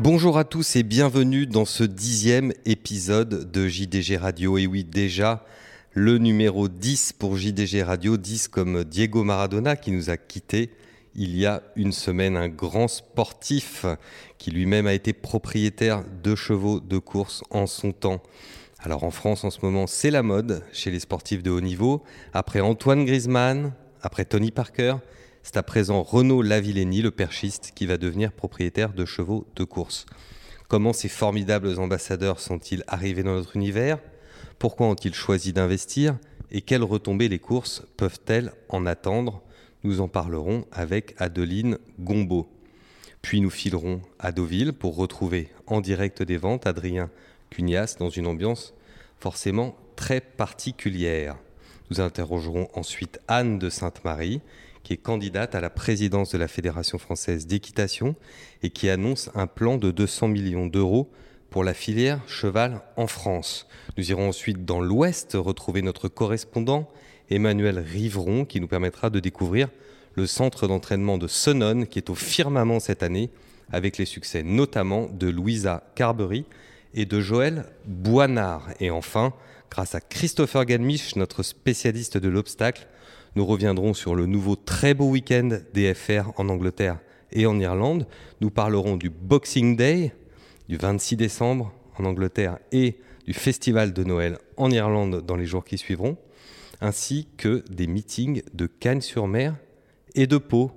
Bonjour à tous et bienvenue dans ce 10e épisode de JDG Radio. Et oui, déjà le numéro 10 pour JDG Radio, 10 comme Diego Maradona qui nous a quittés il y a une semaine. Un grand sportif qui lui-même a été propriétaire de chevaux de course en son temps. Alors en France en ce moment, c'est la mode chez les sportifs de haut niveau. Après Antoine Griezmann, après Tony Parker, c'est à présent Renaud Lavillenie, le perchiste, qui va devenir propriétaire de chevaux de course. Comment ces formidables ambassadeurs sont-ils arrivés dans notre univers ? Pourquoi ont-ils choisi d'investir ? Et quelles retombées les courses peuvent-elles en attendre ? Nous en parlerons avec Adeline Gombaud. Puis nous filerons à Deauville pour retrouver en direct des ventes Adrien Cugnas dans une ambiance forcément très particulière. Nous interrogerons ensuite Anne de Sainte-Marie, qui est candidate à la présidence de la Fédération française d'équitation et qui annonce un plan de 200 millions d'euros pour la filière cheval en France. Nous irons ensuite dans l'Ouest retrouver notre correspondant Emmanuel Riveron qui nous permettra de découvrir le centre d'entraînement de Senones qui est au firmament cette année avec les succès notamment de Louisa Carbery et de Joël Boinard. Et enfin, grâce à Christopher Ganmich, notre spécialiste de l'obstacle, nous reviendrons sur le nouveau très beau week-end des FR en Angleterre et en Irlande. Nous parlerons du Boxing Day, du 26 décembre en Angleterre et du Festival de Noël en Irlande dans les jours qui suivront, ainsi que des meetings de Cagnes-sur-Mer et de Pau.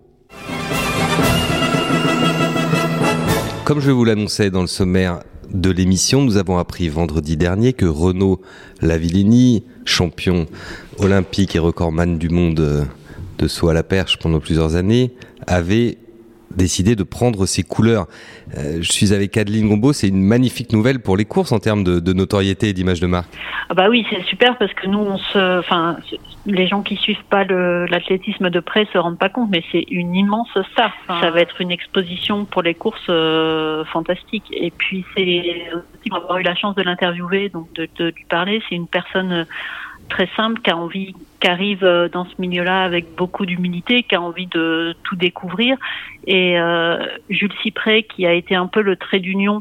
Comme je vous l'annonçais dans le sommaire de l'émission, nous avons appris vendredi dernier que Renaud Lavillenie, champion olympique et recordman du monde de saut à la perche pendant plusieurs années, avait décidé de prendre ses couleurs. Je suis avec Adeline Gombaud, c'est une magnifique nouvelle pour les courses en termes de notoriété et d'image de marque. Ah bah oui, c'est super parce que nous, les gens qui suivent pas l'athlétisme de près se rendent pas compte, mais c'est une immense star. Ça va être une exposition pour les courses fantastique. Et puis c'est aussi avoir eu la chance de l'interviewer, donc de lui parler. C'est une personne très simple, qui arrive dans ce milieu-là avec beaucoup d'humilité, qui a envie de tout découvrir. Et Jules Cyprès, qui a été un peu le trait d'union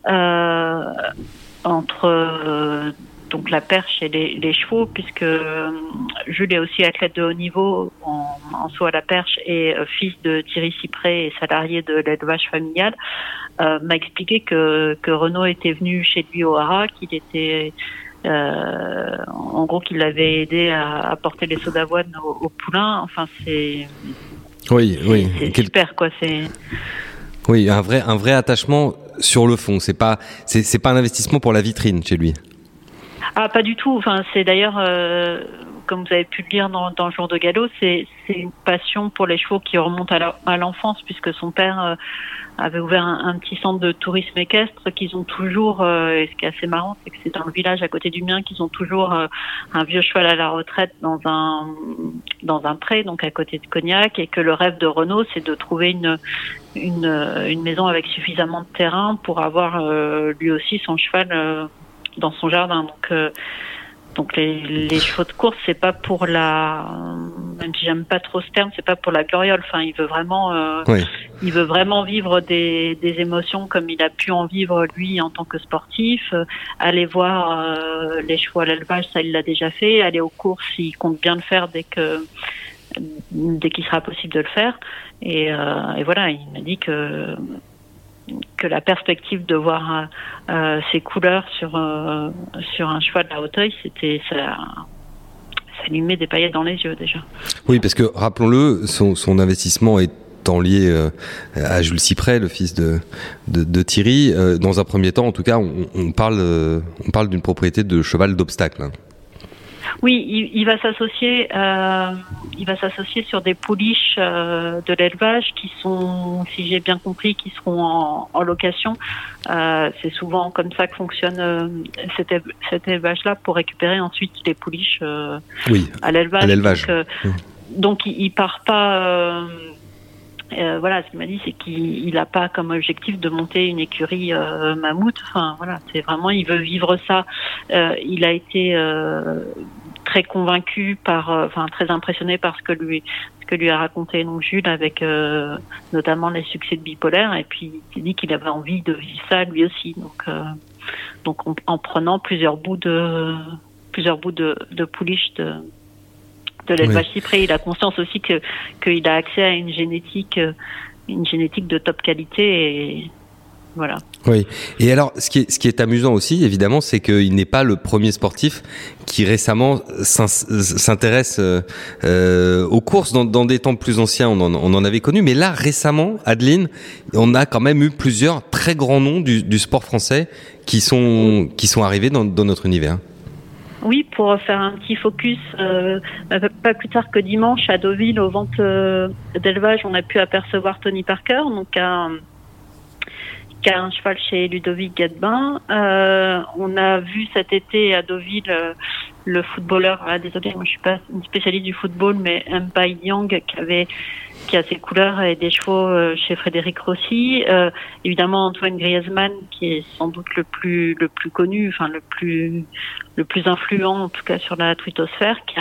entre donc la perche et les chevaux, puisque Jules est aussi athlète de haut niveau en saut à la perche et fils de Thierry Cyprès et salarié de l'élevage familial, m'a expliqué que Renaud était venu chez lui au Haras, qu'il était en gros qu'il l'avait aidé à porter les seaux d'avoine au poulain. Enfin c'est super quoi. Oui, un vrai attachement sur le fond. C'est pas un investissement pour la vitrine chez lui. Ah, pas du tout. Enfin, c'est d'ailleurs, comme vous avez pu le lire dans le jour de galop, c'est une passion pour les chevaux qui remonte à l'enfance, puisque son père avait ouvert un petit centre de tourisme équestre qu'ils ont toujours, et ce qui est assez marrant, c'est que c'est dans le village à côté du mien qu'ils ont toujours un vieux cheval à la retraite dans un pré, donc à côté de Cognac, et que le rêve de Renaud, c'est de trouver une maison avec suffisamment de terrain pour avoir lui aussi son cheval dans son jardin. Donc les chevaux de course, c'est pas pour même si j'aime pas trop ce terme, c'est pas pour la gloriole. Enfin, il veut vraiment vivre des émotions comme il a pu en vivre lui en tant que sportif. Aller voir les chevaux à l'élevage, ça il l'a déjà fait. Aller aux courses, il compte bien le faire dès qu'il sera possible de le faire. Et voilà, il m'a dit que la perspective de voir ces couleurs sur un cheval à Hauteuil, ça lui met des paillettes dans les yeux déjà. Oui, parce que rappelons-le, son investissement étant lié à Jules Cyprès, le fils de Thierry. Dans un premier temps, en tout cas, on parle d'une propriété de cheval d'obstacle. Hein. Oui, il va s'associer. Il va s'associer sur des pouliches de l'élevage qui sont, si j'ai bien compris, qui seront en location. C'est souvent comme ça que fonctionne cet élevage-là pour récupérer ensuite les pouliches à l'élevage. Donc il part pas. Voilà, ce qu'il m'a dit, c'est qu'il n'a pas comme objectif de monter une écurie mammouth. Enfin, voilà, c'est vraiment, il veut vivre ça. Il a été très convaincu très impressionné par ce que lui a raconté donc Jules avec notamment les succès de Bipolaire, et puis il s'est dit qu'il avait envie de vivre ça lui aussi, donc en prenant plusieurs bouts de pouliche de l'élevage cyprès. Il a conscience aussi qu'il a accès à une génétique de top qualité, et voilà. Oui. Et alors, ce qui est amusant aussi, évidemment, c'est qu'il n'est pas le premier sportif qui récemment s'intéresse aux courses. Dans des temps plus anciens, on en avait connu, mais là, récemment, Adeline, on a quand même eu plusieurs très grands noms du sport français qui sont arrivés dans notre univers. Oui, pour faire un petit focus, pas plus tard que dimanche à Deauville, aux ventes d'élevage, on a pu apercevoir Tony Parker, donc qui a un cheval chez Ludovic Gadebin. On a vu cet été à Deauville le footballeur, désolé, moi je suis pas une spécialiste du football, mais Mbai Yang qui a ses couleurs et des chevaux chez Frédéric Rossi. Évidemment Antoine Griezmann, qui est sans doute le plus connu, enfin le plus influent en tout cas sur la twittosphère, qui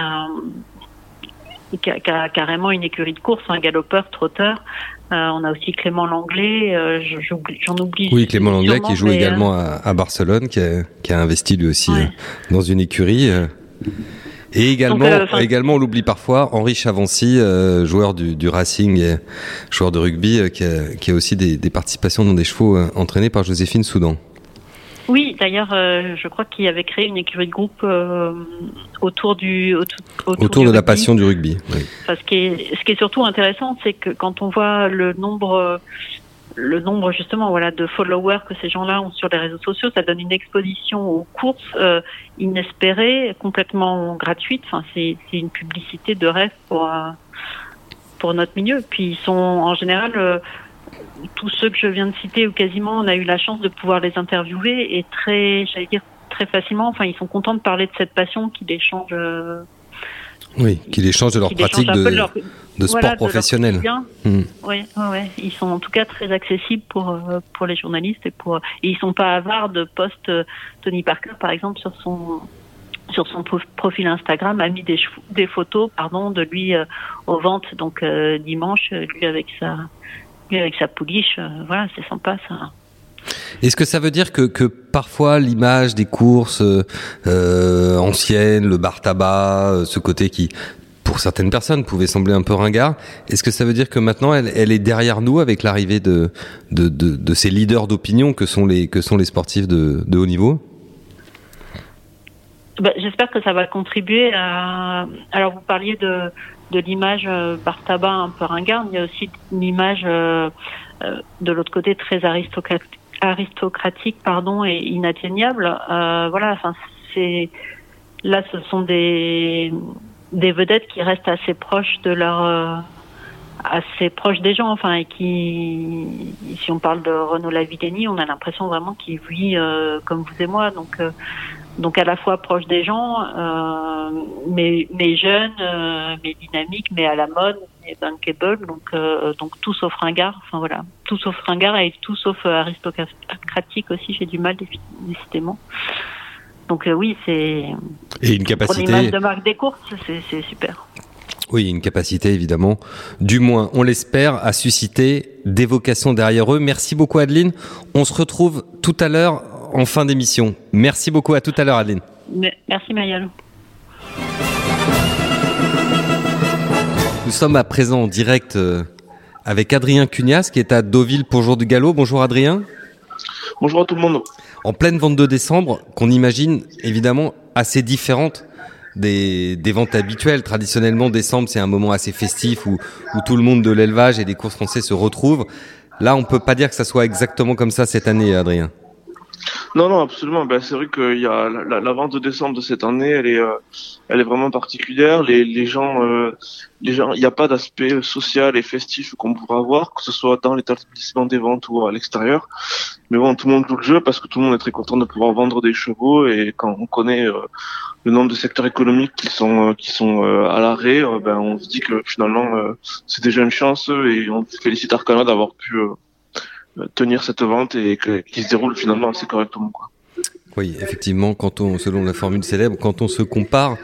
a carrément une écurie de course, un galopeur, trotteur. On a aussi Clément Langlais, j'en oublie. Oui, Clément Langlais qui joue également à Barcelone, qui a investi lui aussi dans une écurie. Et également, on l'oublie parfois, Henri Chavancy, joueur du Racing et joueur de rugby, qui a aussi des participations dans des chevaux entraînés par Joséphine Soudan. Oui, d'ailleurs, je crois qu'il avait créé une écurie de groupe autour de la passion du rugby. Oui. Ce qui est surtout intéressant, c'est que quand on voit le nombre justement de followers que ces gens-là ont sur les réseaux sociaux, ça donne une exposition aux courses inespérée, complètement gratuite. Enfin, c'est une publicité de rêve pour notre milieu. Puis ils sont en général tous ceux que je viens de citer, ou quasiment, on a eu la chance de pouvoir les interviewer, et très facilement. Enfin, ils sont contents de parler de cette passion qui les change. Qui les change de leur pratique de sport professionnel. Oui. Ils sont en tout cas très accessibles pour les journalistes, et ils sont pas avares de posts. Tony Parker, par exemple, sur son profil Instagram, a mis des photos, de lui aux ventes. Donc dimanche, lui avec sa pouliche, c'est sympa ça. Est-ce que ça veut dire que parfois l'image des courses anciennes, le bar tabac, ce côté qui, pour certaines personnes, pouvait sembler un peu ringard, est-ce que ça veut dire que maintenant elle est derrière nous avec l'arrivée de ces leaders d'opinion que sont les sportifs de haut niveau ? J'espère que ça va contribuer à... Alors vous parliez de l'image bar tabac un peu ringarde, il y a aussi une image de l'autre côté très aristocratique et inatteignable. Ce sont des vedettes qui restent assez proches assez proches des gens, et qui, si on parle de Renaud Lavillenie, on a l'impression vraiment qu'il vit comme vous et moi, donc à la fois proche des gens, mais jeune, mais dynamique, mais à la mode, mais bankable, donc tout sauf ringard. Tout sauf ringard et tout sauf aristocratique aussi. J'ai du mal décidément. Donc oui, c'est. Et une capacité. Pour l'image de marque des courses, c'est super. Oui, une capacité évidemment, du moins on l'espère, à susciter des vocations derrière eux. Merci beaucoup Adeline. On se retrouve tout à l'heure en fin d'émission. Merci beaucoup, à tout à l'heure Adeline. Merci Marielle. Nous sommes à présent en direct avec Adrien Cugnas qui est à Deauville pour Jour du Galop. Bonjour Adrien. Bonjour à tout le monde. En pleine vente de décembre, qu'on imagine évidemment assez différente des ventes habituelles. Traditionnellement, décembre, c'est un moment assez festif où tout le monde de l'élevage et des courses français se retrouvent. Là, on peut pas dire que ça soit exactement comme ça cette année, Adrien. Non, absolument. C'est vrai qu'il y a la vente de décembre de cette année, elle est vraiment particulière. Les gens, il n'y a pas d'aspect social et festif qu'on pourrait avoir, que ce soit dans l'établissement des ventes ou à l'extérieur. Mais bon, tout le monde joue le jeu parce que tout le monde est très content de pouvoir vendre des chevaux, et quand on connaît le nombre de secteurs économiques qui sont à l'arrêt, on se dit que finalement c'est déjà une chance, et on félicite Arcana d'avoir pu tenir cette vente et qui se déroule finalement assez correctement, quoi. Oui, effectivement, selon la formule célèbre, quand on se compare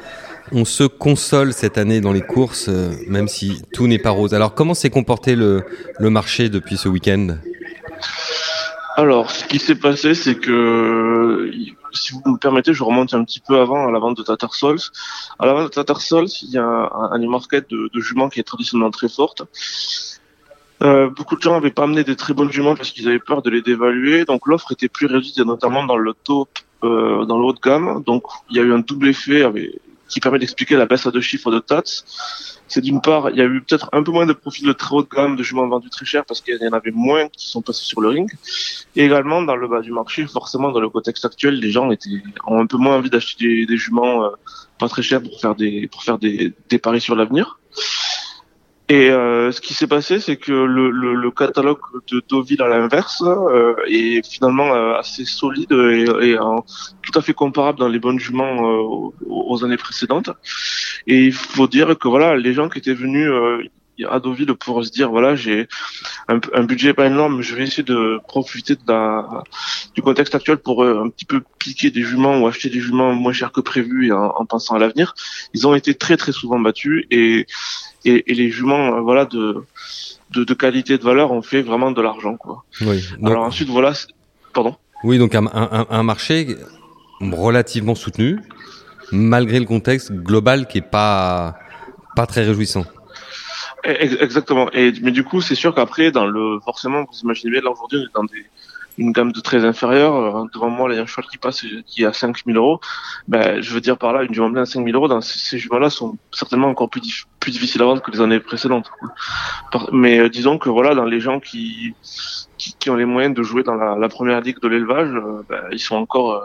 On se console cette année dans les courses, même si tout n'est pas rose. Alors, comment s'est comporté le marché depuis ce week-end ? Alors, ce qui s'est passé, c'est que, si vous me permettez, je remonte un petit peu avant à la vente de Tattersalls. À la vente de Tattersalls, il y a un market de juments qui est traditionnellement très forte. Beaucoup de gens n'avaient pas amené des très bonnes juments parce qu'ils avaient peur de les dévaluer. Donc, l'offre était plus réduite, et notamment dans le top, dans le haut de gamme. Donc, il y a eu un double effet qui permet d'expliquer la baisse à 2 chiffres de Tats. C'est d'une part, il y a eu peut-être un peu moins de profils de très haut de gamme de juments vendus très cher parce qu'il y en avait moins qui sont passés sur le ring. Et également, dans le bas du marché, forcément, dans le contexte actuel, les gens ont un peu moins envie d'acheter des juments pas très chers pour faire des paris sur l'avenir. Et ce qui s'est passé, c'est que le catalogue de Deauville, à l'inverse, est finalement assez solide et tout à fait comparable dans les bonnes juments aux années précédentes. Et il faut dire que voilà, les gens qui étaient venus à Deauville pour se dire voilà, j'ai un budget pas énorme, je vais essayer de profiter du contexte actuel pour un petit peu piquer des juments ou acheter des juments moins chers que prévu et en pensant à l'avenir, ils ont été très très souvent battus et les juments voilà de qualité, de valeur ont fait vraiment de l'argent, quoi. Oui. Donc, alors ensuite voilà, pardon. Oui, donc un marché relativement soutenu malgré le contexte global qui est pas très réjouissant. Exactement. Mais du coup, c'est sûr qu'après, forcément, vous imaginez bien, là, aujourd'hui, on est dans une gamme de très inférieure. Devant moi, il y a un cheval qui passe, qui est à 5 000 euros. Ben, je veux dire par là, une jument blanche à 5 000 euros, ces juments-là sont certainement encore plus difficiles à vendre que les années précédentes. Mais disons que voilà, dans les gens qui ont les moyens de jouer dans la première ligue de l'élevage, ils sont encore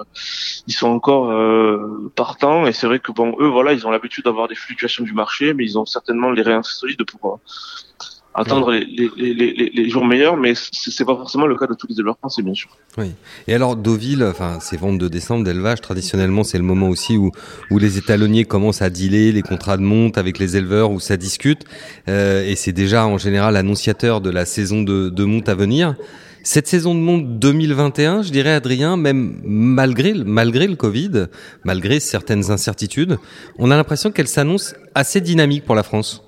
partants. Et c'est vrai que bon, eux, voilà, ils ont l'habitude d'avoir des fluctuations du marché, mais ils ont certainement les reins solides pour attendre les jours meilleurs, mais c'est pas forcément le cas de tous les éleveurs français, bien sûr. Oui. Et alors Deauville, enfin ces ventes de décembre d'élevage, traditionnellement c'est le moment aussi où les étalonniers commencent à dealer, les contrats de monte avec les éleveurs, où ça discute, et c'est déjà en général annonciateur de la saison de monte à venir. Cette saison de monte 2021, je dirais Adrien, même malgré le Covid, malgré certaines incertitudes, on a l'impression qu'elle s'annonce assez dynamique pour la France.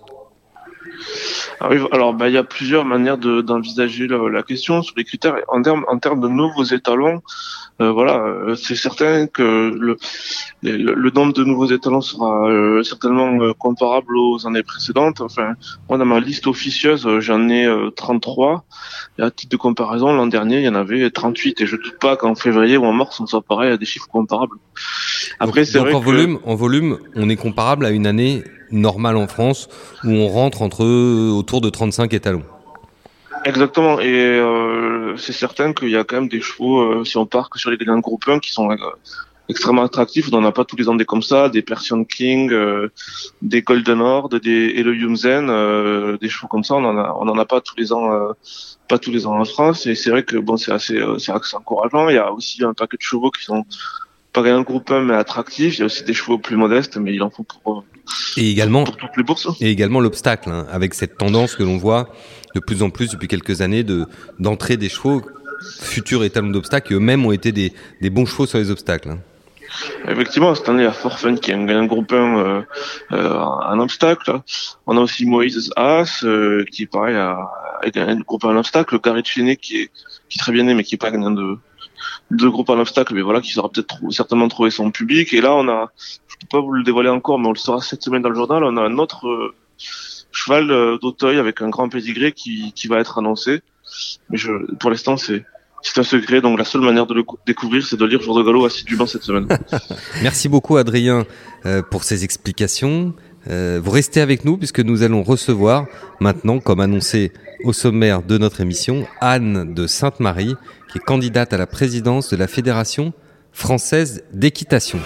Ah oui, alors il y a plusieurs manières d'envisager la question sur les critères. En termes de nouveaux étalons, c'est certain que le nombre de nouveaux étalons sera certainement comparable aux années précédentes. Enfin, moi dans ma liste officieuse, j'en ai 33. Et à titre de comparaison, l'an dernier, il y en avait 38. Et je doute pas qu'en février ou en mars, on soit pareil à des chiffres comparables. Après, c'est vrai que en volume, on est comparable à une année normale en France où on rentre autour de 35 étalons. Exactement, et c'est certain qu'il y a quand même des chevaux, si on part que sur les grands groupes 1, qui sont extrêmement attractifs. On n'en a pas tous les ans des comme ça, des Persian King, des Golden Horde, des Elohim Zen, des chevaux comme ça, on en a pas tous les ans en France. Et c'est vrai que bon, c'est encourageant. Il y a aussi un paquet de chevaux qui sont pas gagnants de groupe 1 mais attractifs. Il y a aussi des chevaux plus modestes, mais il en faut pour toutes les bourses. Et également l'obstacle, avec cette tendance que l'on voit de plus en plus depuis quelques années d'entrer des chevaux futurs étalons d'obstacles qui eux-mêmes ont été des bons chevaux sur les obstacles. Effectivement, cette année, il y a Forfun qui a un gagnant de groupe 1 en obstacle. On a aussi Moïse As qui pareil a gagné de groupe 1 en obstacle. Le Carré de Chénet qui est très bien né mais qui est pas gagnant de groupe en obstacle, mais voilà, qui saura certainement trouver son public. Et là, je peux pas vous le dévoiler encore, mais on le saura cette semaine dans le journal, on a un autre cheval d'Auteuil avec un grand pédigré qui va être annoncé. Mais pour l'instant, c'est un secret, donc la seule manière de le découvrir, c'est de lire Jour de Galop assidûment cette semaine. Merci beaucoup Adrien pour ces explications. Vous restez avec nous puisque nous allons recevoir maintenant, comme annoncé au sommaire de notre émission, Anne de Sainte-Marie, qui est candidate à la présidence de la Fédération française d'équitation.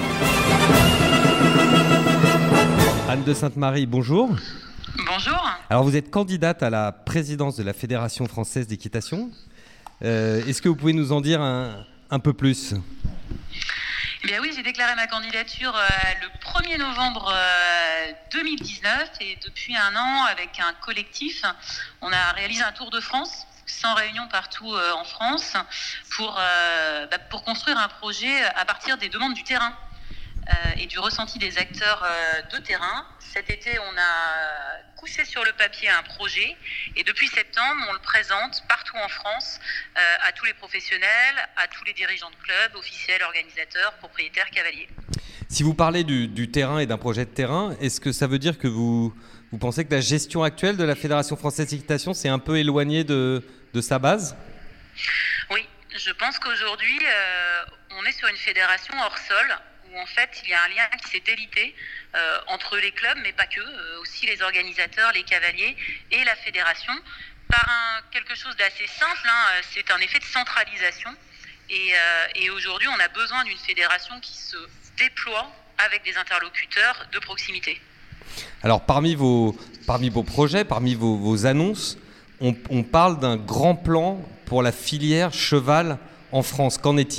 Anne de Sainte-Marie, bonjour. Bonjour. Alors vous êtes candidate à la présidence de la Fédération française d'équitation. Est-ce que vous pouvez nous en dire un peu plus ? Eh bien oui, j'ai déclaré ma candidature le 1er novembre 2019 et depuis un an, avec un collectif, on a réalisé un tour de France, 100 réunions partout en France, pour construire un projet à partir des demandes du terrain. et du ressenti des acteurs de terrain. Cet été, on a couché sur le papier un projet et depuis septembre, on le présente partout en France à tous les professionnels, à tous les dirigeants de clubs, officiels, organisateurs, propriétaires, cavaliers. Si vous parlez du terrain et d'un projet de terrain, est-ce que ça veut dire que vous pensez que la gestion actuelle de la Fédération française d'équitation s'est un peu éloignée de sa base ? Oui, je pense qu'aujourd'hui, on est sur une fédération hors sol où en fait il y a un lien qui s'est délité entre les clubs, mais pas que, aussi les organisateurs, les cavaliers et la fédération, par quelque chose d'assez simple, c'est un effet de centralisation. Et aujourd'hui, on a besoin d'une fédération qui se déploie avec des interlocuteurs de proximité. Alors parmi vos projets, parmi vos annonces, on parle d'un grand plan pour la filière cheval en France. Qu'en est-il ?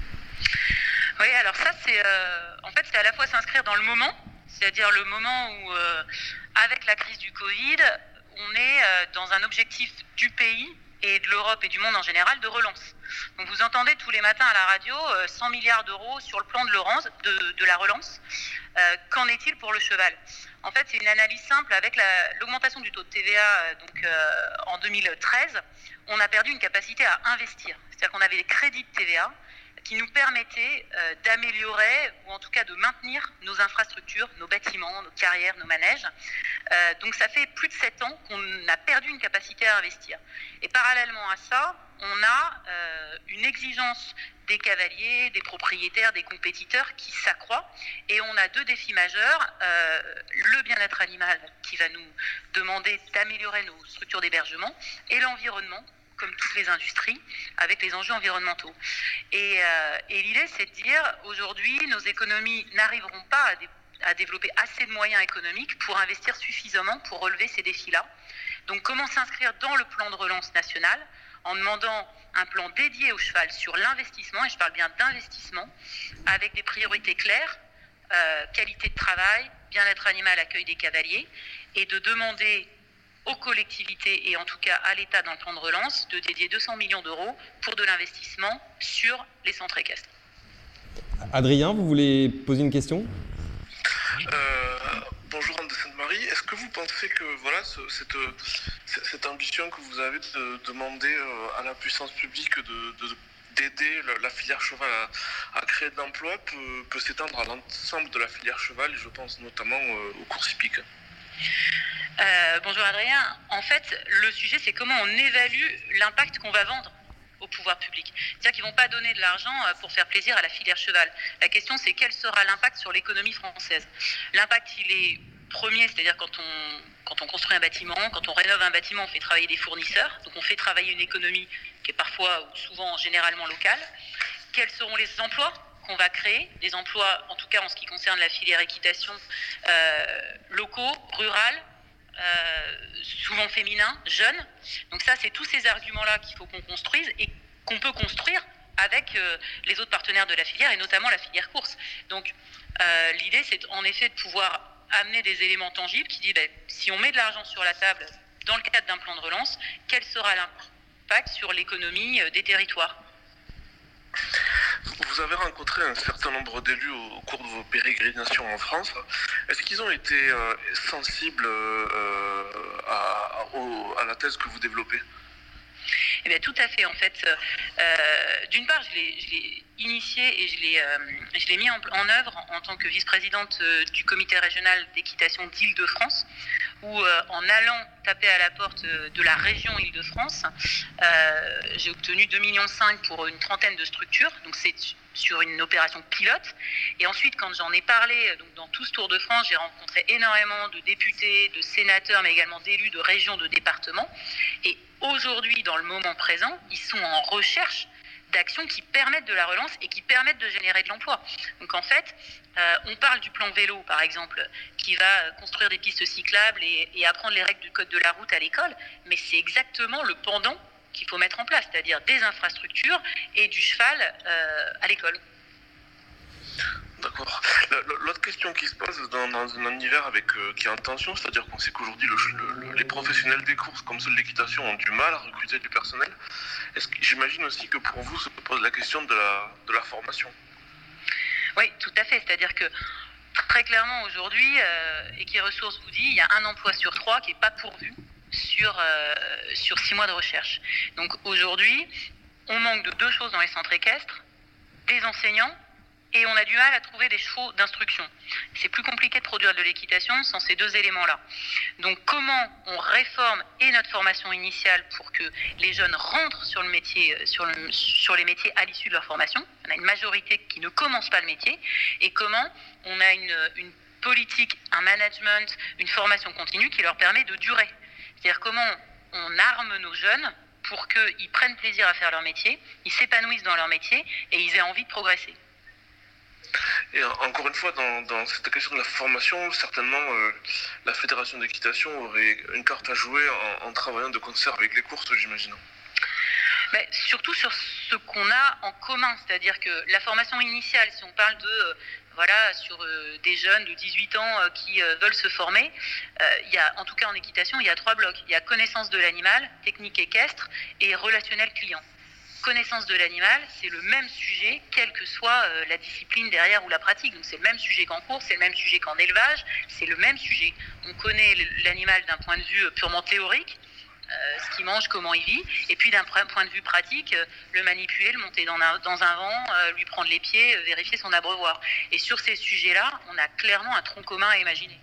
Oui, alors ça, c'est à la fois s'inscrire dans le moment, c'est-à-dire le moment où, avec la crise du Covid, on est dans un objectif du pays et de l'Europe et du monde en général de relance. Donc vous entendez tous les matins à la radio 100 milliards d'euros sur le plan de la relance. Qu'en est-il pour le cheval ? En fait, c'est une analyse simple. Avec l'augmentation du taux de TVA en 2013, on a perdu une capacité à investir. C'est-à-dire qu'on avait des crédits de TVA qui nous permettaient d'améliorer ou en tout cas de maintenir nos infrastructures, nos bâtiments, nos carrières, nos manèges. Donc ça fait plus de 7 ans qu'on a perdu une capacité à investir. Et parallèlement à ça, on a une exigence des cavaliers, des propriétaires, des compétiteurs qui s'accroît. Et on a 2 défis majeurs. Le bien-être animal qui va nous demander d'améliorer nos structures d'hébergement et l'environnement, comme toutes les industries, avec les enjeux environnementaux. Et l'idée, c'est de dire, aujourd'hui, nos économies n'arriveront pas à développer assez de moyens économiques pour investir suffisamment pour relever ces défis-là. Donc, comment s'inscrire dans le plan de relance national en demandant un plan dédié au cheval sur l'investissement, et je parle bien d'investissement, avec des priorités claires, qualité de travail, bien-être animal, accueil des cavaliers, et de demander aux collectivités et en tout cas à l'État dans le plan de relance de dédier 200 millions d'euros pour de l'investissement sur les centres équestres. Adrien, vous voulez poser une question ? Bonjour Anne de Sainte-Marie, est-ce que vous pensez que cette ambition que vous avez de demander à la puissance publique d'aider la filière cheval à créer de l'emploi peut s'étendre à l'ensemble de la filière cheval, et je pense notamment aux courses hippiques ? Bonjour Adrien. En fait, le sujet, c'est comment on évalue l'impact qu'on va vendre au pouvoir public. C'est-à-dire qu'ils ne vont pas donner de l'argent pour faire plaisir à la filière cheval. La question, c'est quel sera l'impact sur l'économie française ? L'impact, il est premier, c'est-à-dire quand on construit un bâtiment, quand on rénove un bâtiment, on fait travailler des fournisseurs. Donc on fait travailler une économie qui est parfois ou souvent généralement locale. Quels seront les emplois qu'on va créer, des emplois, en tout cas en ce qui concerne la filière équitation, locaux, rurales, souvent féminins, jeunes. Donc ça, c'est tous ces arguments-là qu'il faut qu'on construise et qu'on peut construire avec les autres partenaires de la filière et notamment la filière course. Donc l'idée, c'est en effet de pouvoir amener des éléments tangibles qui disent si on met de l'argent sur la table dans le cadre d'un plan de relance, quel sera l'impact sur l'économie des territoires ? Vous avez rencontré un certain nombre d'élus au cours de vos pérégrinations en France. Est-ce qu'ils ont été sensibles à la thèse que vous développez ? Eh bien, tout à fait. En fait, d'une part, je l'ai initié et je l'ai mis en œuvre en tant que vice-présidente du comité régional d'équitation d'Île-de-France, où en allant taper à la porte de la région Île-de-France, j'ai obtenu 2,5 millions pour une trentaine de structures. Donc c'est sur une opération pilote. Et ensuite, quand j'en ai parlé donc dans tout ce Tour de France, j'ai rencontré énormément de députés, de sénateurs, mais également d'élus de régions, de départements. Et aujourd'hui, dans le moment présent, ils sont en recherche d'actions qui permettent de la relance et qui permettent de générer de l'emploi. Donc en fait, on parle du plan vélo, par exemple, qui va construire des pistes cyclables et apprendre les règles du code de la route à l'école, mais c'est exactement le pendant qu'il faut mettre en place, c'est-à-dire des infrastructures et du cheval à l'école. D'accord. L'autre question qui se pose dans un univers qui est en tension, c'est-à-dire qu'on sait qu'aujourd'hui les professionnels des courses, comme ceux de l'équitation, ont du mal à recruter du personnel. J'imagine aussi que pour vous se pose la question de la formation. Oui, tout tout à fait. C'est-à-dire que très clairement aujourd'hui, Equiresources vous dit, il y a un emploi sur 3 qui n'est pas pourvu sur 6 mois de recherche. Donc aujourd'hui, on manque de 2 choses dans les centres équestres, des enseignants, et on a du mal à trouver des chevaux d'instruction. C'est plus compliqué de produire de l'équitation sans ces 2 éléments-là. Donc comment on réforme et notre formation initiale pour que les jeunes rentrent sur le métier, sur les métiers à l'issue de leur formation. On a une majorité qui ne commence pas le métier. Et comment on a une politique, un management, une formation continue qui leur permet de durer. C'est-à-dire comment on arme nos jeunes pour qu'ils prennent plaisir à faire leur métier, ils s'épanouissent dans leur métier et ils aient envie de progresser. Et encore une fois, dans cette question de la formation, certainement la fédération d'équitation aurait une carte à jouer en travaillant de concert avec les courses, j'imagine. Mais surtout sur ce qu'on a en commun, c'est-à-dire que la formation initiale, si on parle sur des jeunes de 18 ans qui veulent se former, il y a, en tout cas en équitation, il y a 3 blocs. Il y a connaissance de l'animal, technique équestre et relationnel client. Connaissance de l'animal, c'est le même sujet, quelle que soit la discipline derrière ou la pratique. Donc c'est le même sujet qu'en course, c'est le même sujet qu'en élevage, c'est le même sujet. On connaît l'animal d'un point de vue purement théorique, ce qu'il mange, comment il vit, et puis d'un point de vue pratique, le manipuler, le monter dans un vent, lui prendre les pieds, vérifier son abreuvoir. Et sur ces sujets-là, on a clairement un tronc commun à imaginer.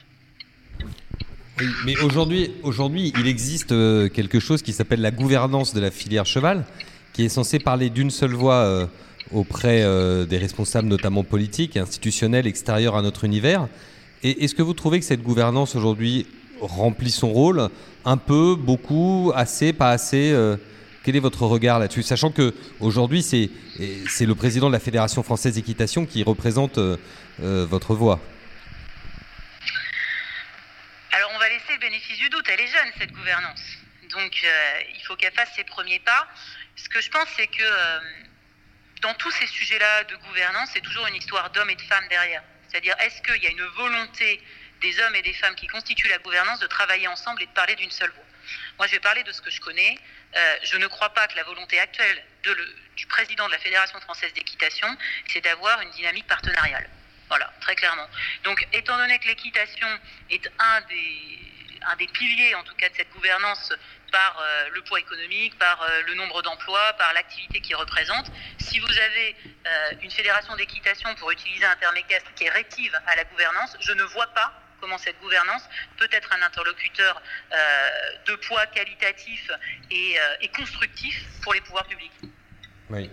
Oui, mais aujourd'hui, il existe quelque chose qui s'appelle la gouvernance de la filière cheval, qui est censé parler d'une seule voix auprès des responsables, notamment politiques, institutionnels, extérieurs à notre univers. Et est-ce que vous trouvez que cette gouvernance aujourd'hui remplit son rôle ? Un peu, beaucoup, assez, pas assez Quel est votre regard là-dessus ? Sachant qu'aujourd'hui, c'est le président de la Fédération française d'équitation qui représente votre voix. Alors on va laisser le bénéfice du doute, elle est jeune cette gouvernance. Donc il faut qu'elle fasse ses premiers pas. Ce que je pense, c'est que dans tous ces sujets-là de gouvernance, c'est toujours une histoire d'hommes et de femmes derrière. C'est-à-dire, est-ce qu'il y a une volonté des hommes et des femmes qui constituent la gouvernance de travailler ensemble et de parler d'une seule voix ? Moi, je vais parler de ce que je connais. Je ne crois pas que la volonté actuelle du président de la Fédération française d'équitation, c'est d'avoir une dynamique partenariale. Voilà, très clairement. Donc, étant donné que l'équitation est un des piliers, en tout cas, de cette gouvernance, par le poids économique, par le nombre d'emplois, par l'activité qu'il représente. Si vous avez une fédération d'équitation, pour utiliser un terme équestre, qui est rétive à la gouvernance, je ne vois pas comment cette gouvernance peut être un interlocuteur de poids qualitatif et constructif pour les pouvoirs publics. Oui.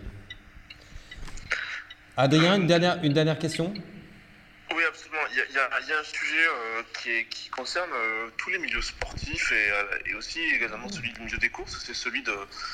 Adrien, une dernière question ? Oui, absolument. Il y a un sujet qui concerne tous les milieux sportifs et aussi également celui du milieu des courses, c'est celui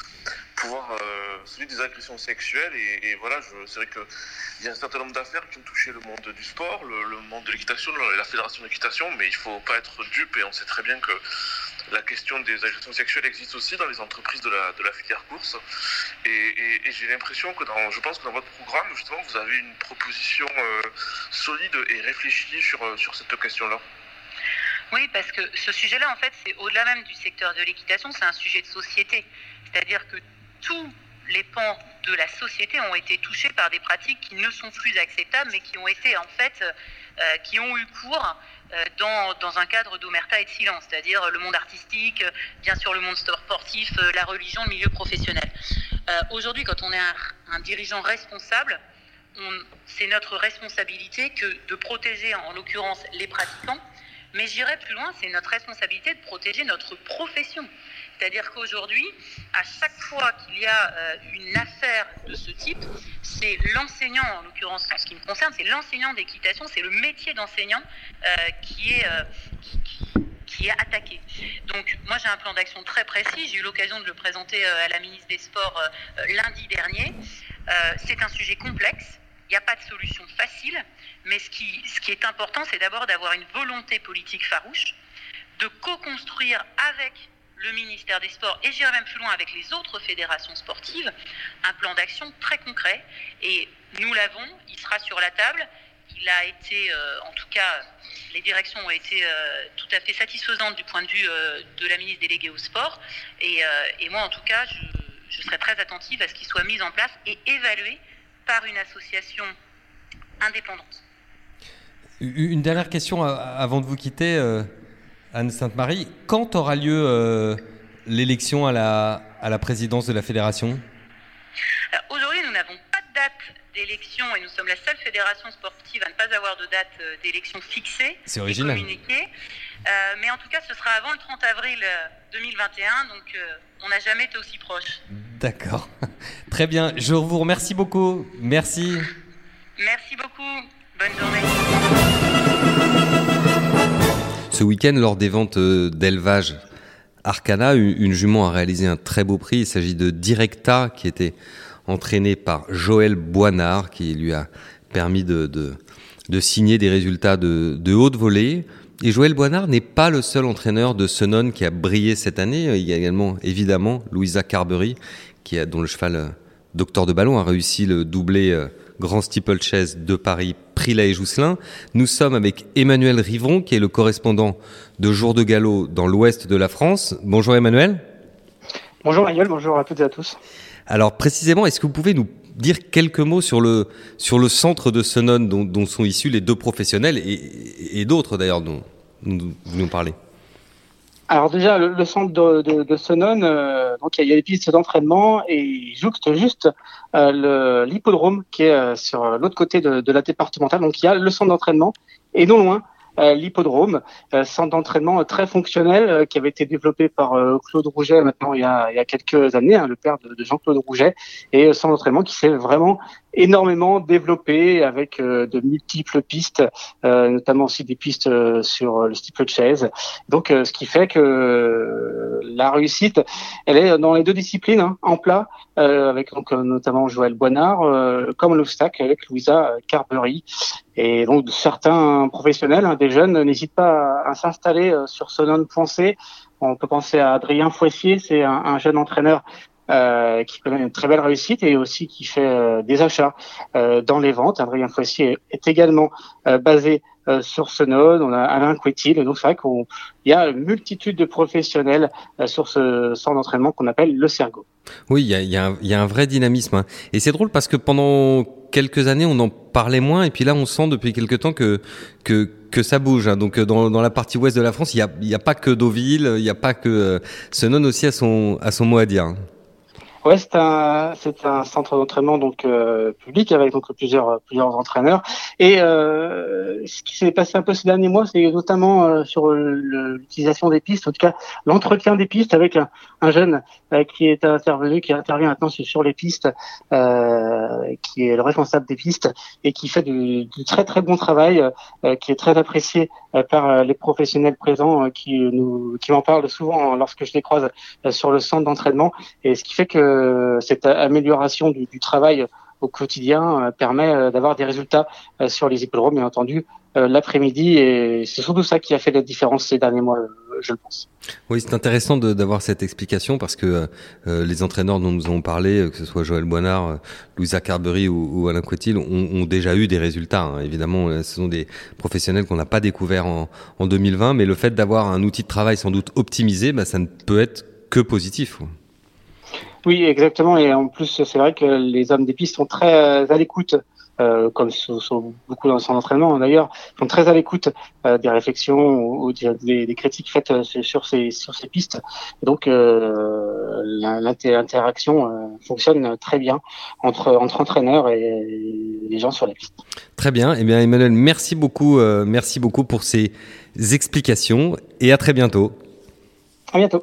celui des agressions sexuelles et voilà, c'est vrai qu'il y a un certain nombre d'affaires qui ont touché le monde du sport, le monde de l'équitation, la fédération d'équitation, mais il ne faut pas être dupe et on sait très bien que la question des agressions sexuelles existe aussi dans les entreprises de la filière course et j'ai l'impression que je pense que dans votre programme, justement, vous avez une proposition solide et réfléchie sur cette question-là. Oui, parce que ce sujet-là, en fait, c'est au-delà même du secteur de l'équitation, c'est un sujet de société. C'est-à-dire que tous les pans de la société ont été touchés par des pratiques qui ne sont plus acceptables, mais qui ont été, en fait, qui ont eu cours dans un cadre d'omerta et de silence, c'est-à-dire le monde artistique, bien sûr le monde sportif, la religion, le milieu professionnel. Aujourd'hui, quand on est un dirigeant responsable, c'est notre responsabilité que de protéger, en l'occurrence, les pratiquants, mais j'irai plus loin, c'est notre responsabilité de protéger notre profession. C'est-à-dire qu'aujourd'hui, à chaque fois qu'il y a une affaire de ce type, c'est l'enseignant, en l'occurrence en ce qui me concerne, c'est l'enseignant d'équitation, c'est le métier d'enseignant qui est attaqué. Donc moi j'ai un plan d'action très précis, j'ai eu l'occasion de le présenter à la ministre des Sports lundi dernier. C'est un sujet complexe. Il n'y a pas de solution facile, mais ce qui est important, c'est d'abord d'avoir une volonté politique farouche, de co-construire avec le ministère des Sports, et j'irai même plus loin avec les autres fédérations sportives, un plan d'action très concret. Et nous l'avons, il sera sur la table. Il a été, en tout cas, les directions ont été tout à fait satisfaisantes du point de vue de la ministre déléguée au sport. Et moi, en tout cas, je serai très attentive à ce qu'il soit mis en place et évalué par une association indépendante. Une dernière question avant de vous quitter, Anne Sainte-Marie. Quand aura lieu l'élection à la présidence de la fédération ? Alors, aujourd'hui, nous n'avons pas de date d'élection et nous sommes la seule fédération sportive à ne pas avoir de date d'élection fixée. C'est original. Et communiquée. Mais en tout cas, ce sera avant le 30 avril 2021, donc on n'a jamais été aussi proche. D'accord. Très bien. Je vous remercie beaucoup. Merci. Merci beaucoup. Bonne journée. Ce week-end, lors des ventes d'élevage Arcana, une jument a réalisé un très beau prix. Il s'agit de Directa, qui était entraînée par Joël Boinard, qui lui a permis de signer des résultats de haute volée. Et Joël Boinard n'est pas le seul entraîneur de Senon qui a brillé cette année. Il y a également, évidemment, Louisa Carberry, dont le cheval Docteur de Ballon a réussi le doublé Grand Steeplechase de Paris, Prila et Jousselin. Nous sommes avec Emmanuel Rivron, qui est le correspondant de Jour de Galop dans l'ouest de la France. Bonjour Emmanuel. Bonjour Manuel, bonjour à toutes et à tous. Alors précisément, est-ce que vous pouvez nous dire quelques mots sur le centre de Senon dont sont issus les deux professionnels et d'autres d'ailleurs dont nous voulions parler? Alors déjà, le centre de Senon, donc il y a des pistes d'entraînement et il jouxte juste l'hippodrome qui est sur l'autre côté de la départementale. Donc il y a le centre d'entraînement et non loin l'hippodrome, centre d'entraînement très fonctionnel qui avait été développé par Claude Rouget maintenant il y a quelques années, le père de Jean-Claude Rouget, et centre d'entraînement qui s'est vraiment énormément développé avec de multiples pistes, notamment aussi des pistes sur le steeplechase. Donc ce qui fait que la réussite, elle est dans les deux disciplines en plat, avec donc notamment Joël Boinard, comme l'obstacle avec Louisa Carberry. Et donc certains professionnels, des jeunes, n'hésitent pas à s'installer sur Senon-Poncé. On peut penser à Adrien Fouessier, c'est un jeune entraîneur qui connaît une très belle réussite et aussi qui fait des achats dans les ventes. Adrien Fouessier est également basé sur Senon. On a Alain Couetil, et donc c'est vrai qu'il y a une multitude de professionnels sur ce centre d'entraînement qu'on appelle le Sergo. Oui, il y a un vrai dynamisme. Et c'est drôle parce que pendant quelques années, on en parlait moins, et puis là, on sent depuis quelques temps que ça bouge. Donc dans la partie ouest de la France, il y a pas que Deauville, il y a pas que Senon aussi a son mot à dire. Ouais, c'est un centre d'entraînement donc public avec donc plusieurs entraîneurs. Et ce qui s'est passé un peu ces derniers mois, c'est notamment sur l'utilisation des pistes, en tout cas l'entretien des pistes avec un jeune qui intervient maintenant sur les pistes, qui est le responsable des pistes et qui fait du très très bon travail, qui est très apprécié par les professionnels présents, qui m'en parlent souvent lorsque je les croise sur le centre d'entraînement. Et ce qui fait que cette amélioration du travail au quotidien permet d'avoir des résultats sur les hippodromes, bien entendu, l'après-midi. Et c'est surtout ça qui a fait la différence ces derniers mois, je le pense. Oui, c'est intéressant d'avoir cette explication parce que les entraîneurs dont nous avons parlé, que ce soit Joël Boinard, Louisa Carberry ou Alain Couetil, ont déjà eu des résultats. Évidemment, ce sont des professionnels qu'on n'a pas découverts en 2020, mais le fait d'avoir un outil de travail sans doute optimisé, ça ne peut être que positif. Oui, exactement. Et en plus, c'est vrai que les hommes des pistes sont très à l'écoute, comme sont beaucoup dans son entraînement d'ailleurs, sont très à l'écoute des réflexions ou des critiques faites sur ces pistes. Et donc, l'interaction fonctionne très bien entre entraîneurs et les gens sur la piste. Très bien. Eh bien, Emmanuel, merci beaucoup pour ces explications et à très bientôt. À bientôt.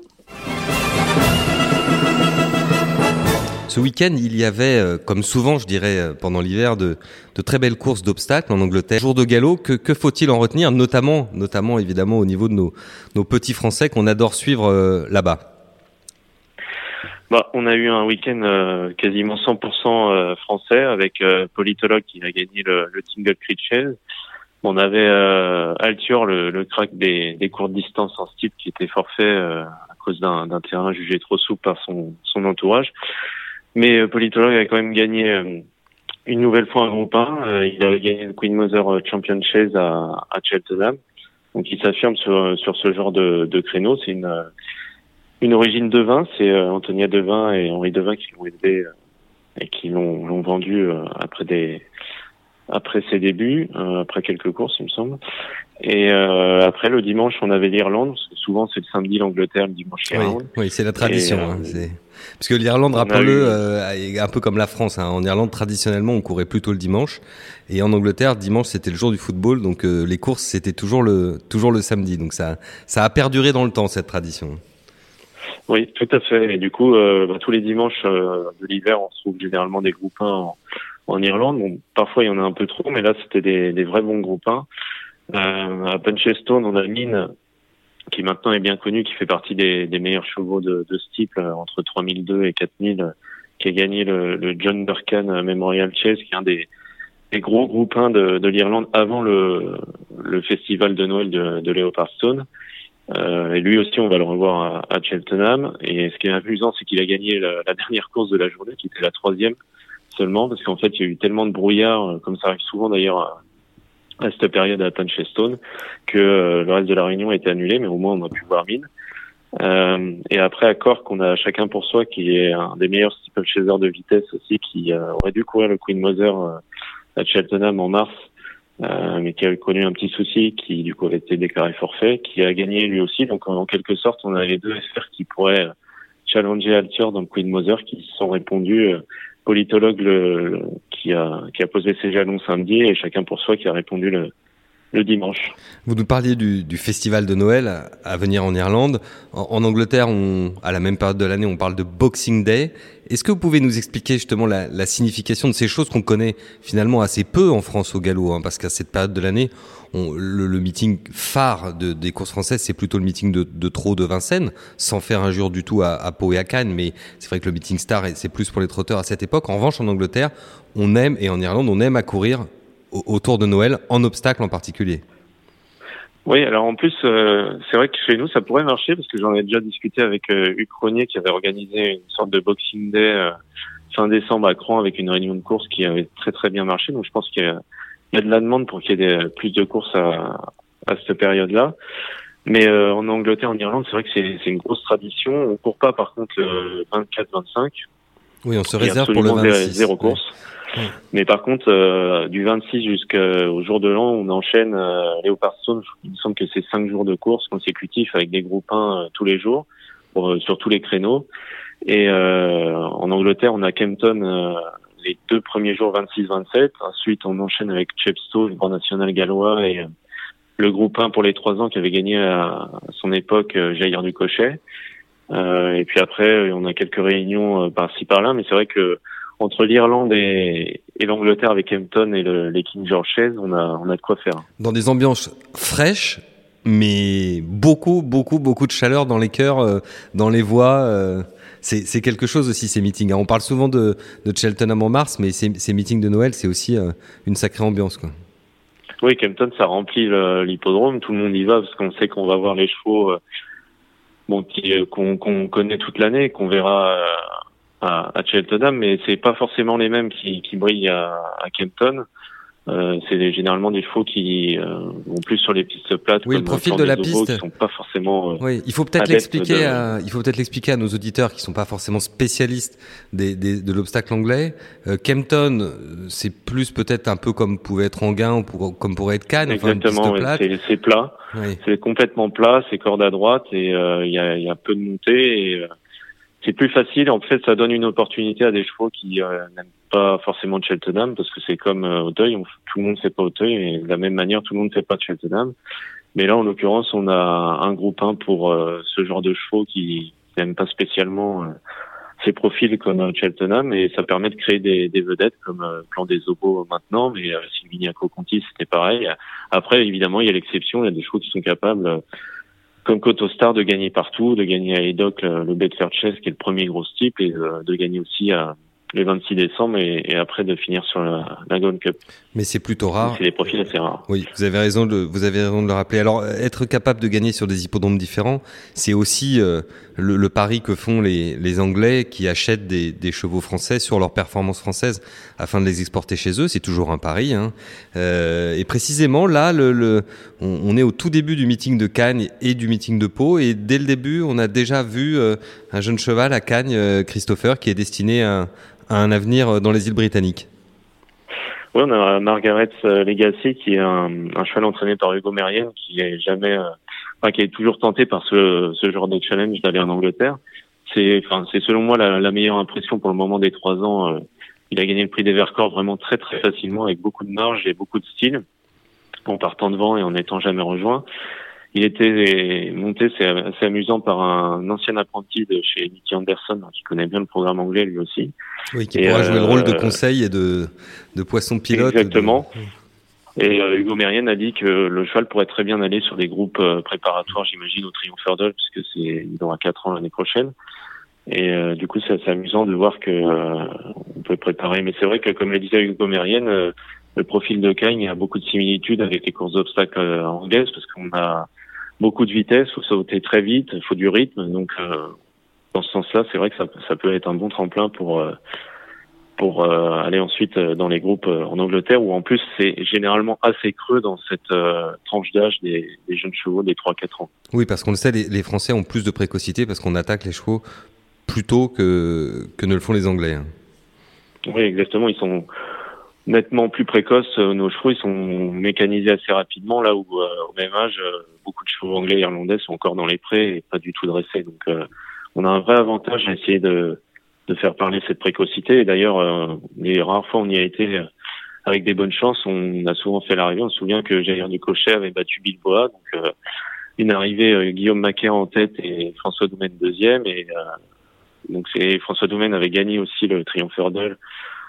Ce week-end, il y avait, comme souvent, je dirais, pendant l'hiver, de très belles courses d'obstacles en Angleterre. Jour de galop, que faut-il en retenir, notamment évidemment au niveau de nos petits Français qu'on adore suivre là-bas. On a eu un week-end quasiment 100% français avec Politologue qui a gagné le Tingle Creek Chase. On avait Altior, le crack des courtes distances en steep qui était forfait à cause d'un terrain jugé trop souple par son entourage. Mais Politologue a quand même gagné une nouvelle fois un groupe 1. Il a gagné le Queen Mother Champion Chase à Cheltenham. Donc il s'affirme sur ce genre de créneau. C'est une origine Devin. C'est Antonia Devin et Henri Devin qui l'ont élevé et qui l'ont vendu après après ses débuts, après quelques courses, il me semble. Et après, le dimanche, on avait l'Irlande, parce que souvent c'est le samedi l'Angleterre, le dimanche l'Irlande. Oui, c'est la tradition. Parce que l'Irlande, rappelons-le, est un peu comme la France. En Irlande, traditionnellement, on courait plutôt le dimanche. Et en Angleterre, dimanche, c'était le jour du football. Donc les courses, c'était toujours le samedi. Donc ça a perduré dans le temps, cette tradition. Oui, tout à fait. Et du coup, tous les dimanches de l'hiver, on retrouve généralement des groupes 1 en Irlande. Bon, parfois, il y en a un peu trop, mais là, c'était des vrais bons groupes 1. À Punchestone, on a Mine, qui maintenant est bien connu, qui fait partie des meilleurs chevaux de ce type, entre 3002 et 4000, qui a gagné le John Durkan Memorial Chase, qui est un des gros groupes 1 de l'Irlande avant le festival de Noël de Leopardstown. Et lui aussi, on va le revoir à Cheltenham. Et ce qui est amusant, c'est qu'il a gagné la dernière course de la journée, qui était la 3e seulement, parce qu'en fait, il y a eu tellement de brouillard, comme ça arrive souvent d'ailleurs à cette période à Punchestone, que le reste de la réunion a été annulé, mais au moins on a pu voir Mine. Et après à Cork, on a Chacun pour soi, qui est un des meilleurs steeplechasers de vitesse aussi, qui aurait dû courir le Queen Mother à Cheltenham en mars, mais qui a connu un petit souci, qui du coup avait été déclaré forfait, qui a gagné lui aussi. Donc en quelque sorte, on a les deux SR qui pourraient challenger Altior dans le Queen Mother, qui se sont répondus. Politologue qui a posé ses jalons samedi, et Chacun pour soi qui a répondu le dimanche. Vous nous parliez du festival de Noël à venir en Irlande. En Angleterre, à la même période de l'année, on parle de Boxing Day. Est-ce que vous pouvez nous expliquer justement la signification de ces choses qu'on connaît finalement assez peu en France au galop, parce qu'à cette période de l'année, le meeting phare des courses françaises, c'est plutôt le meeting de trot de Vincennes, sans faire injure du tout à Pau et à Cannes, mais c'est vrai que le meeting star, c'est plus pour les trotteurs à cette époque. En revanche, en Angleterre, et en Irlande, on aime à courir autour de Noël, en obstacle en particulier. Oui, alors en plus, c'est vrai que chez nous, ça pourrait marcher, parce que j'en ai déjà discuté avec Hugues Cronier, qui avait organisé une sorte de Boxing Day fin décembre à Cran, avec une réunion de course qui avait très très bien marché. Donc je pense qu'il y a de la demande pour qu'il y ait plus de courses à cette période-là. Mais en Angleterre, en Irlande, c'est vrai que c'est une grosse tradition. On court pas, par contre, le 24-25. Oui, on se réserve pour le 26. Zéro course. Ouais. Mais par contre, du 26 jusqu'au jour de l'an, on enchaîne Leopardstown. Il me semble que c'est 5 jours de course consécutifs avec des groupes 1 tous les jours, sur tous les créneaux. Et en Angleterre, on a Kempton les 2 premiers jours 26-27. Ensuite, on enchaîne avec Chepstow, le Grand National gallois, et le groupe 1 pour les 3 ans qui avait gagné à son époque Jair du Cochet. Et puis après, on a quelques réunions par-ci par-là, mais c'est vrai que entre l'Irlande et l'Angleterre avec Kempton et les King George Chase, on a de quoi faire. Dans des ambiances fraîches, mais beaucoup de chaleur dans les cœurs, dans les voix. C'est quelque chose aussi, ces meetings. On parle souvent de Cheltenham en mars, mais ces meetings de Noël, c'est aussi une sacrée ambiance, quoi. Oui, Kempton, ça remplit l'hippodrome. Tout le monde y va parce qu'on sait qu'on va voir les chevaux qu'on connaît toute l'année, qu'on verra à Cheltenham, mais c'est pas forcément les mêmes qui brillent à Kempton. C'est généralement des chevaux qui vont plus sur les pistes plates. Oui, le profil de la piste. Qui sont pas forcément. Oui, il faut peut-être l'expliquer à nos auditeurs qui sont pas forcément spécialistes de l'obstacle anglais. Kempton, c'est plus peut-être un peu comme pouvait être Anguin ou comme pourrait être Cannes. Exactement, enfin, c'est plat. Oui. C'est complètement plat, c'est corde à droite et il y a peu de montée et c'est plus facile. En fait, ça donne une opportunité à des chevaux qui n'aiment pas forcément Cheltenham, parce que c'est comme Auteuil, tout le monde ne fait pas Auteuil, et de la même manière, tout le monde ne fait pas Cheltenham. Mais là, en l'occurrence, on a un groupe 1 pour ce genre de chevaux qui n'aiment pas spécialement ces profils comme Cheltenham, et ça permet de créer des vedettes comme Plan des Obos maintenant, mais Silvignaco Conti, c'était pareil. Après, évidemment, il y a l'exception, il y a des chevaux qui sont capables, comme Cotostar, de gagner partout, de gagner à Haydock le Bedford Chase, qui est le premier gros type, et de gagner aussi le 26 décembre et après de finir sur la Gold Cup. Mais c'est plutôt rare. C'est des profils assez rares. Oui, vous avez raison de le rappeler. Alors, être capable de gagner sur des hippodromes différents, c'est aussi le pari que font les Anglais qui achètent des chevaux français sur leurs performances françaises afin de les exporter chez eux. C'est toujours un pari, hein. Et précisément, là, on est au tout début du meeting de Cannes et du meeting de Pau, et dès le début, on a déjà vu un jeune cheval à Cannes, Christopher, qui est destiné à un avenir dans les îles britanniques. Oui, on a Margaret's Legacy, qui est un cheval entraîné par Hugo Merrienne, qui est qui est toujours tenté par ce genre de challenge d'aller en Angleterre. C'est selon moi la meilleure impression pour le moment des 3 ans. Il a gagné le prix des Vercors vraiment très très facilement, avec beaucoup de marge et beaucoup de style, en partant devant et en n'étant jamais rejoint. Il était monté, c'est assez amusant, par un ancien apprenti de chez Nicky Anderson, qui connaît bien le programme anglais lui aussi. Oui, qui pourra jouer le rôle de conseil et de poisson pilote. Exactement. Et Hugo Merrienne a dit que le cheval pourrait très bien aller sur des groupes préparatoires, j'imagine, au Triompher d'Ol, puisque il aura 4 ans l'année prochaine. Et du coup, c'est assez amusant de voir que on peut préparer. Mais c'est vrai que, comme le disait Hugo Merrienne, le profil de Cagne a beaucoup de similitudes avec les courses d'obstacles anglaises, parce qu'on a beaucoup de vitesse, faut sauter très vite, il faut du rythme. Donc, dans ce sens-là, c'est vrai que ça peut être un bon tremplin pour aller ensuite dans les groupes en Angleterre, où en plus c'est généralement assez creux dans cette tranche d'âge des jeunes chevaux des 3-4 ans. Oui, parce qu'on le sait, les Français ont plus de précocité parce qu'on attaque les chevaux plus tôt que ne le font les Anglais. Hein. Oui, exactement. Ils sont nettement plus précoces. Nos chevaux, ils sont mécanisés assez rapidement, là où au même âge, beaucoup de chevaux anglais et irlandais sont encore dans les prés et pas du tout dressés. Donc on a un vrai avantage à essayer de faire parler cette précocité. Et d'ailleurs, les rares fois où on y a été avec des bonnes chances, on a souvent fait l'arrivée. On se souvient que Jair Ducochet avait battu Bilboa, donc une arrivée Guillaume Macaire en tête et François Doumène deuxième. Et donc François Doumène avait gagné aussi le Triompher d'Ol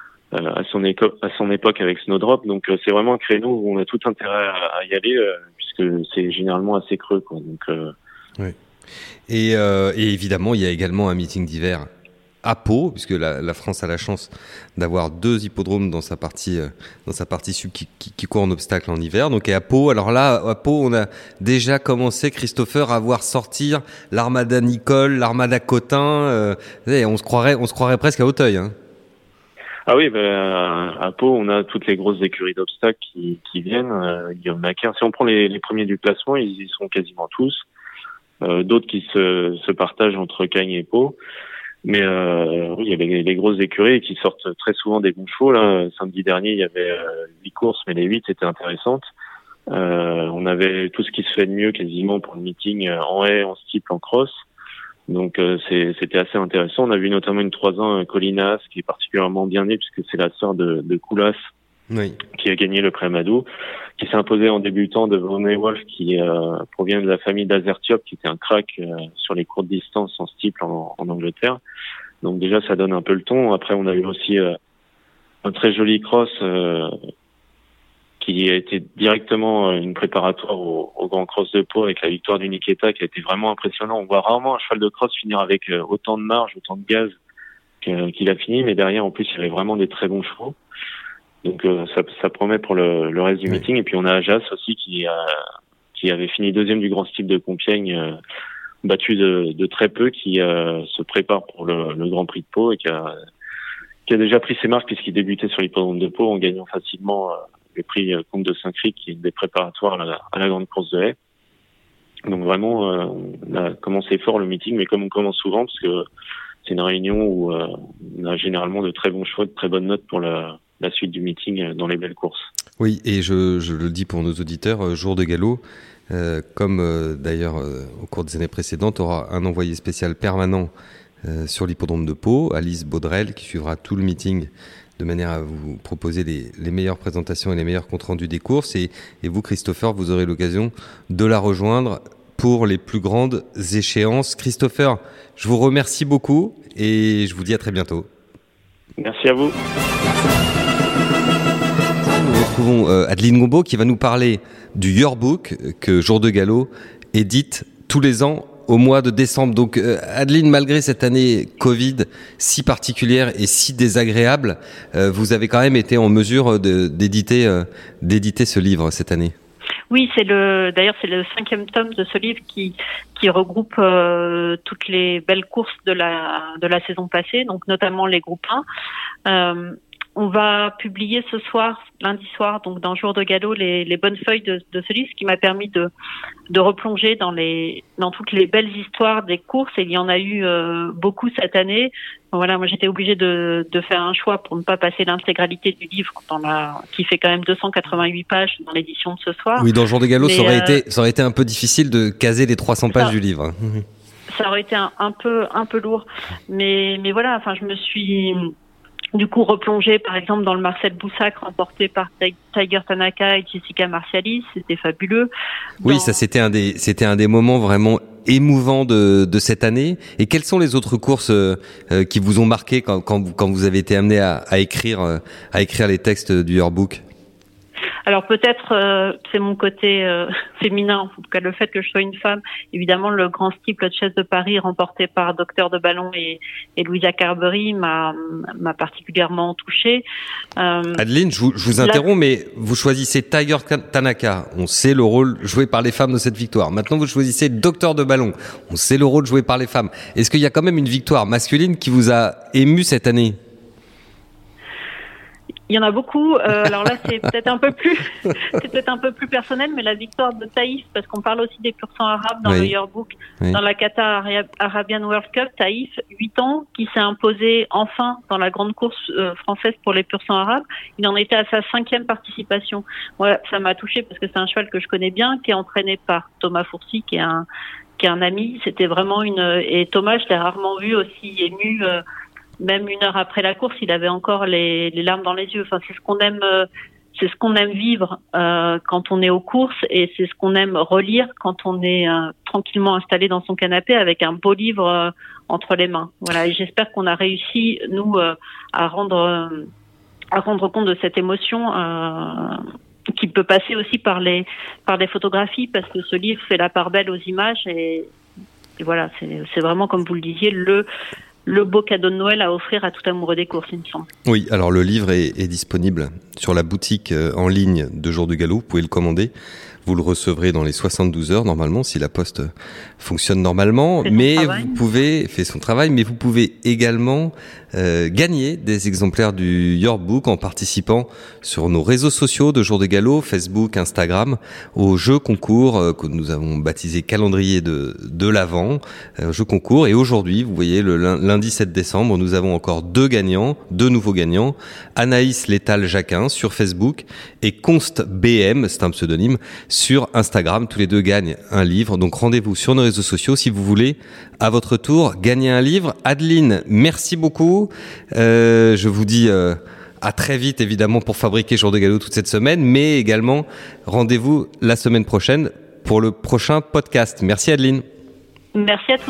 à son époque avec Snowdrop. Donc c'est vraiment un créneau où on a tout intérêt à y aller, puisque c'est généralement assez creux, quoi. Donc oui. Et évidemment, il y a également un meeting d'hiver à Pau, puisque la France a la chance d'avoir 2 hippodromes dans sa partie sud qui court en obstacle en hiver. Donc, et à Pau, alors là, à Pau, on a déjà commencé, Christopher, à voir sortir l'Armada Nicole, l'Armada Cotin. On se croirait presque à Auteuil. Hein. Ah oui, à Pau, on a toutes les grosses écuries d'obstacles qui viennent. Guillaume Macaire, si on prend les premiers du classement, ils y sont quasiment tous. D'autres qui se partagent entre Cagnes et Pau. Mais oui, il y avait les grosses écuries qui sortent très souvent des bons chevaux. Là, samedi dernier, il y avait 8 courses, mais les 8 étaient intéressantes. On avait tout ce qui se fait de mieux quasiment pour le meeting en haie, en steeple, en cross. Donc c'était assez intéressant. On a vu notamment une 3 ans Colinas qui est particulièrement bien née, puisque c'est la sœur de Coulas, oui, qui a gagné le prix Amadou, qui s'est imposé en débutant devant Wolf, qui provient de la famille d'Azertiop, qui était un crack sur les courtes distances en steeple en Angleterre. Donc déjà, ça donne un peu le ton. Après, on a eu aussi un très joli cross qui a été directement une préparatoire au Grand Cross de Pau, avec la victoire du Niketa, qui a été vraiment impressionnant. On voit rarement un cheval de cross finir avec autant de marge, autant de gaz qu'il a fini, mais derrière, en plus, il y avait vraiment des très bons chevaux. Donc ça promet pour le reste du meeting. Et puis on a Ajas aussi qui avait fini 2e du Grand Steeple de Compiègne, battu de très peu, qui se prépare pour le Grand Prix de Pau et qui a déjà pris ses marques, puisqu'il débutait sur l'hippodrome de Pau en gagnant facilement le prix Comte de Saint-Cric, qui est une des préparatoires à la grande course de haie. Donc vraiment, on a commencé fort le meeting, mais comme on commence souvent, parce que c'est une réunion où on a généralement de très bons choix, de très bonnes notes pour la suite du meeting dans les belles courses. Oui, et je le dis pour nos auditeurs, jour de galop, comme d'ailleurs au cours des années précédentes, aura un envoyé spécial permanent sur l'hippodrome de Pau, Alice Baudrel, qui suivra tout le meeting de manière à vous proposer les meilleures présentations et les meilleurs comptes rendus des courses. Et vous, Christopher, vous aurez l'occasion de la rejoindre pour les plus grandes échéances. Christopher, je vous remercie beaucoup et je vous dis à très bientôt. Merci à vous. Nous retrouvons Adeline Gombaud qui va nous parler du Yearbook que Jour de Galop édite tous les ans au mois de décembre. Donc Adeline, malgré cette année Covid si particulière et si désagréable, vous avez quand même été en mesure d'éditer ce livre cette année. Oui, d'ailleurs c'est le 5e tome de ce livre qui regroupe toutes les belles courses de la saison passée, donc notamment les groupes 1. on va publier ce soir, lundi soir, donc dans Jour de Galop, les bonnes feuilles de ce livre, ce qui m'a permis de replonger dans toutes les belles histoires des courses. Et il y en a eu beaucoup cette année. Voilà, moi j'étais obligée de faire un choix pour ne pas passer l'intégralité du livre qui fait quand même 288 pages dans l'édition de ce soir. Oui, dans Jour de Galop, ça aurait été un peu difficile de caser les 300 pages du livre. Ça aurait été un peu lourd. Mais voilà, enfin, je me suis du coup replongée par exemple dans le Marcel Boussac remporté par Tiger Tanaka et Jessica Marcialis. C'était fabuleux. Oui, ça c'était un des moments vraiment émouvants de cette année. Et quelles sont les autres courses qui vous ont marqué quand vous avez été amené à écrire les textes du yearbook? Alors peut-être c'est mon côté féminin, en tout cas le fait que je sois une femme. Évidemment, le Grand Steeple Chase de Paris remporté par Docteur de Ballon et Louisa Carberry m'a particulièrement touchée. Adeline, je vous interromps, mais vous choisissez Tiger Tanaka. On sait le rôle joué par les femmes de cette victoire. Maintenant, vous choisissez Docteur de Ballon. On sait le rôle joué par les femmes. Est-ce qu'il y a quand même une victoire masculine qui vous a ému cette année? Il y en a beaucoup. Alors là, c'est peut-être un peu plus personnel, mais la victoire de Taïf, parce qu'on parle aussi des pur sang arabes dans le yearbook, dans la Qatar Arabian World Cup, Taïf, 8 ans, qui s'est imposé enfin dans la grande course française pour les pur sang arabes. Il en était à sa 5e participation. Moi, ça m'a touchée parce que c'est un cheval que je connais bien, qui est entraîné par Thomas Fourcy, qui est un ami. C'était vraiment et Thomas, je l'ai rarement vu aussi ému. Même 1 heure après la course, il avait encore les larmes dans les yeux. Enfin, c'est ce qu'on aime vivre quand on est aux courses, et c'est ce qu'on aime relire quand on est tranquillement installé dans son canapé avec un beau livre entre les mains. Voilà, et j'espère qu'on a réussi nous à rendre compte de cette émotion qui peut passer aussi par des photographies, parce que ce livre fait la part belle aux images, et voilà, c'est vraiment, comme vous le disiez, le beau cadeau de Noël à offrir à tout amoureux des courses, il me semble. Oui, alors le livre est disponible sur la boutique en ligne de Jour de Galop. Vous pouvez le commander. Vous le recevrez dans les 72 heures normalement, si la poste fonctionne normalement. Fait son travail, mais vous pouvez également gagner des exemplaires du yearbook en participant sur nos réseaux sociaux de Jour de Galop, Facebook, Instagram, au jeu concours que nous avons baptisé calendrier de l'Avent, jeu concours. Et aujourd'hui, vous voyez, le lundi 7 décembre, nous avons encore deux nouveaux gagnants, Anaïs Létal-Jacquin sur Facebook et Const BM, c'est un pseudonyme, sur Instagram. Tous les deux gagnent un livre. Donc rendez-vous sur nos réseaux sociaux si vous voulez à votre tour gagner un livre. Adeline, merci beaucoup. Je vous dis à très vite évidemment pour fabriquer Jour de Galop toute cette semaine, mais également rendez-vous la semaine prochaine pour le prochain podcast. Merci Adeline. Merci à tous.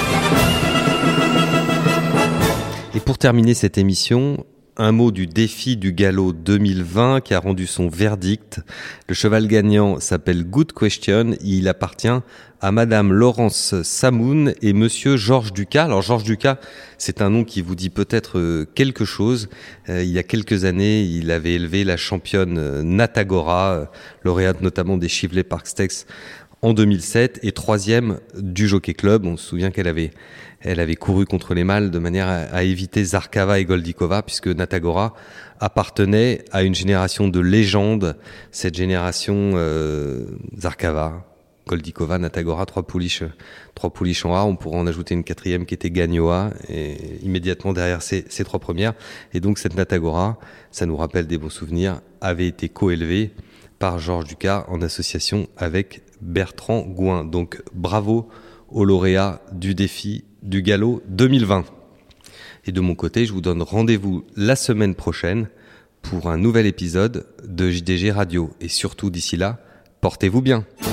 Et pour terminer cette émission, un mot du défi du galop 2020 qui a rendu son verdict. Le cheval gagnant s'appelle Good Question. Il appartient à Madame Laurence Samoun et Monsieur Georges Ducas. Alors Georges Ducas, c'est un nom qui vous dit peut-être quelque chose. Il y a quelques années, il avait élevé la championne Natagora, lauréate notamment des Chivlet Park Stakes en 2007 et 3e du Jockey Club. On se souvient qu'elle avait couru contre les mâles de manière à éviter Zarkava et Goldikova, puisque Natagora appartenait à une génération de légendes. Cette génération Zarkava, Goldikova, Natagora, trois pouliches en A. On pourrait en ajouter une 4e qui était Gagnoa, et immédiatement derrière ces 3 premières. Et donc cette Natagora, ça nous rappelle des bons souvenirs, avait été coélevée par Georges Ducas en association avec Bertrand Gouin. Donc bravo aux lauréats du défi du galop 2020. Et de mon côté, je vous donne rendez-vous la semaine prochaine pour un nouvel épisode de JDG Radio. Et surtout d'ici là, portez-vous bien.